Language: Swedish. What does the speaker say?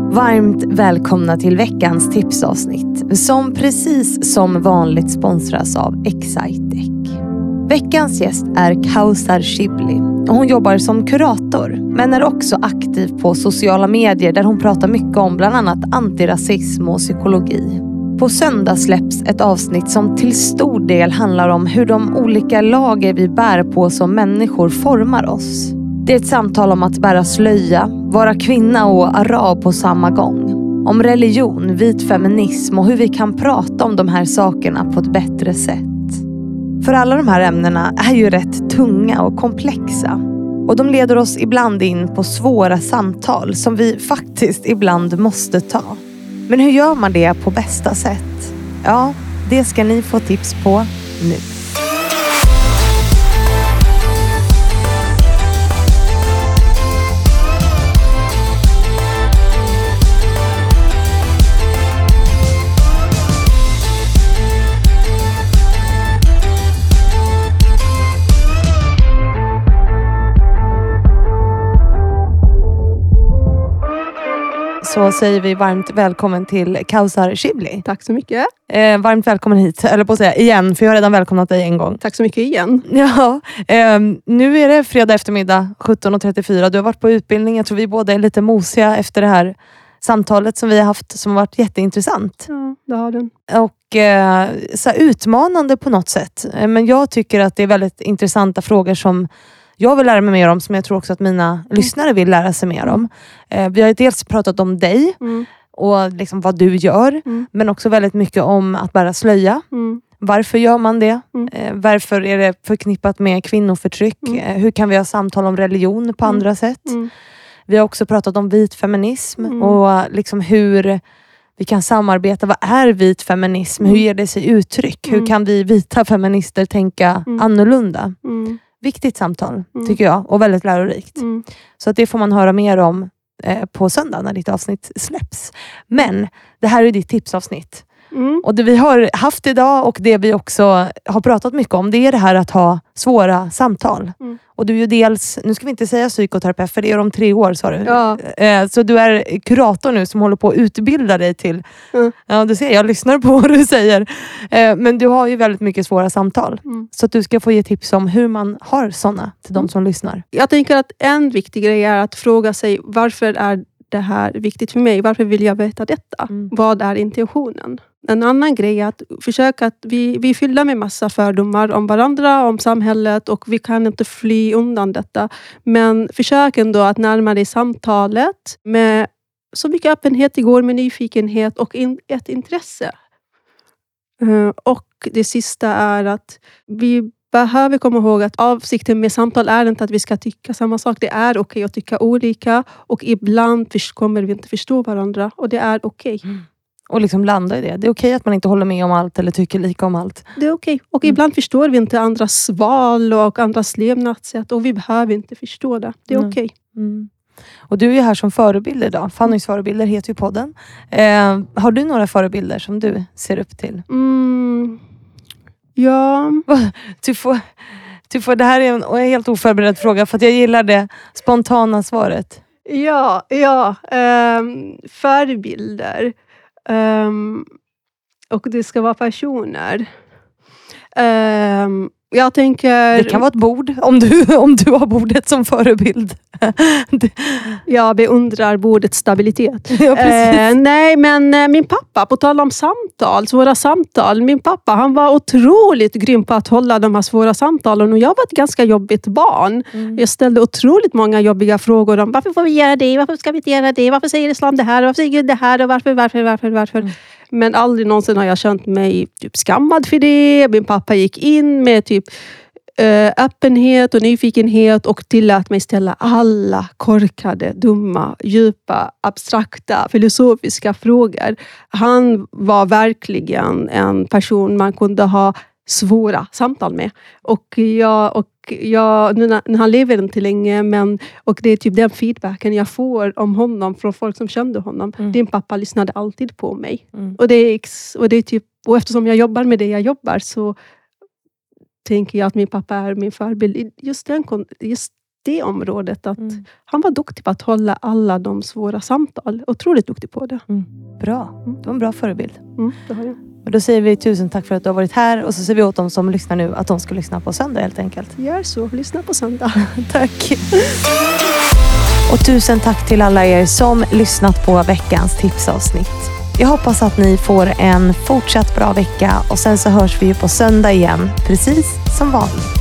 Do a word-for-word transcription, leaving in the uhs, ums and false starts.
Varmt välkomna till veckans tipsavsnitt som precis som vanligt sponsras av Excitec. Veckans gäst är Kausar Shibli och hon jobbar som kurator men är också aktiv på sociala medier där hon pratar mycket om bland annat antirasism och psykologi. På söndag släpps ett avsnitt som till stor del handlar om hur de olika lager vi bär på som människor formar oss. Det är ett samtal om att bära slöja, vara kvinna och arab på samma gång. Om religion, vit feminism och hur vi kan prata om de här sakerna på ett bättre sätt. För alla de här ämnena är ju rätt tunga och komplexa. Och de leder oss ibland in på svåra samtal som vi faktiskt ibland måste ta. Men hur gör man det på bästa sätt? Ja, det ska ni få tips på nu. Så säger vi varmt välkommen till Kausar Shibli. Tack så mycket. Eh, varmt välkommen hit, eller på att säga igen, för jag har redan välkomnat dig en gång. Tack så mycket igen. Ja, eh, nu är det fredag eftermiddag sjutton och trettiofyra. Du har varit på utbildning. Jag tror vi båda är lite mosiga efter det här samtalet som vi har haft som har varit jätteintressant. Ja, det har den. Och eh, så utmanande på något sätt. Eh, men jag tycker att det är väldigt intressanta frågor som jag vill lära mig mer om, som jag tror också att mina mm. lyssnare vill lära sig mer om. Eh, vi har ju dels pratat om dig mm. och liksom vad du gör. Mm. Men också väldigt mycket om att bära slöja. Mm. Varför gör man det? Mm. Eh, varför är det förknippat med kvinnoförtryck? Mm. Eh, hur kan vi ha samtal om religion på mm. andra sätt? Mm. Vi har också pratat om vit feminism. Mm. Och liksom hur vi kan samarbeta. Vad är vit feminism? Mm. Hur ger det sig uttryck? Mm. Hur kan vi vita feminister tänka mm. annorlunda? Mm. Viktigt samtal, mm. tycker jag. Och väldigt lärorikt. Mm. Så att det får man höra mer om eh, på söndag när ditt avsnitt släpps. Men det här är ditt tipsavsnitt. Mm. Och det vi har haft idag och det vi också har pratat mycket om, det är det här att ha svåra samtal. Mm. Och du är ju dels, nu ska vi inte säga psykoterapeut för det är om tre år, sa du. Ja. Eh, så du är kurator nu som håller på att utbilda dig till, mm. ja du ser, jag lyssnar på vad du säger. Eh, men du har ju väldigt mycket svåra samtal. Mm. Så att du ska få ge tips om hur man har sådana till de som mm. lyssnar. Jag tänker att en viktig grej är att fråga sig, varför är det här viktigt för mig? Varför vill jag veta detta? Mm. Vad är intentionen? En annan grej är att försöka att vi, vi fyller med massa fördomar om varandra, om samhället, och vi kan inte fly undan detta. Men försök ändå att närma dig samtalet med så mycket öppenhet igår, med nyfikenhet och in, ett intresse. Uh, och det sista är att vi behöver komma ihåg att avsikten med samtal är inte att vi ska tycka samma sak. Det är okej okay att tycka olika, och ibland kommer vi inte förstå varandra, och det är okej. Okay. Mm. Och liksom landa i det. Det är okej att man inte håller med om allt eller tycker lika om allt. Det är okej. Och mm. ibland förstår vi inte andras val och andras levnadssätt. Och vi behöver inte förstå det. Det är mm. okej. Mm. Och du är ju här som förebild idag. Fannys förebilder heter ju podden. Eh, har du några förebilder som du ser upp till? Mm. Ja. Du får, du får, det här är en, en helt oförberedd fråga. För att jag gillar det spontana svaret. Ja, ja. Um, förebilder. Um, och det ska vara personer. Um, jag tänker... Det kan vara ett bord, om du, om du har bordet som förebild. Jag beundrar bordets stabilitet. Ja, uh, nej, men uh, min pappa, på tal om samtal, svåra samtal. Min pappa, han var otroligt grym på att hålla de här svåra samtalen. Och jag var ett ganska jobbigt barn. Mm. Jag ställde otroligt många jobbiga frågor om varför får vi göra det? Varför ska vi inte göra det? Varför säger islam det här? Varför säger Gud det här? Och varför, varför, varför, varför? Mm. Men aldrig någonsin har jag känt mig typ skammad för det. Min pappa gick in med typ öppenhet och nyfikenhet och tillät mig ställa alla korkade, dumma, djupa, abstrakta, filosofiska frågor. Han var verkligen en person man kunde ha svåra samtal med. Och jag, och jag nu när, när han lever inte länge, men och det är typ den feedbacken jag får om honom från folk som kände honom. Mm. Din pappa lyssnade alltid på mig. Mm. Och det är och det är typ och eftersom jag jobbar med det jag jobbar så tänker jag att min pappa är min förebild i just den just det området. Att Mm. Han var duktig på att hålla alla de svåra samtal. Otroligt duktig på det. Mm. Bra, det var en bra förebild. Mm, det har jag. Och då säger vi tusen tack för att du har varit här. Och så säger vi åt dem som lyssnar nu att de ska lyssna på söndag helt enkelt. Gör så, lyssna på söndag. Tack. Och tusen tack till alla er som lyssnat på veckans tipsavsnitt. Jag hoppas att ni får en fortsatt bra vecka. Och sen så hörs vi ju på söndag igen, precis som vanligt.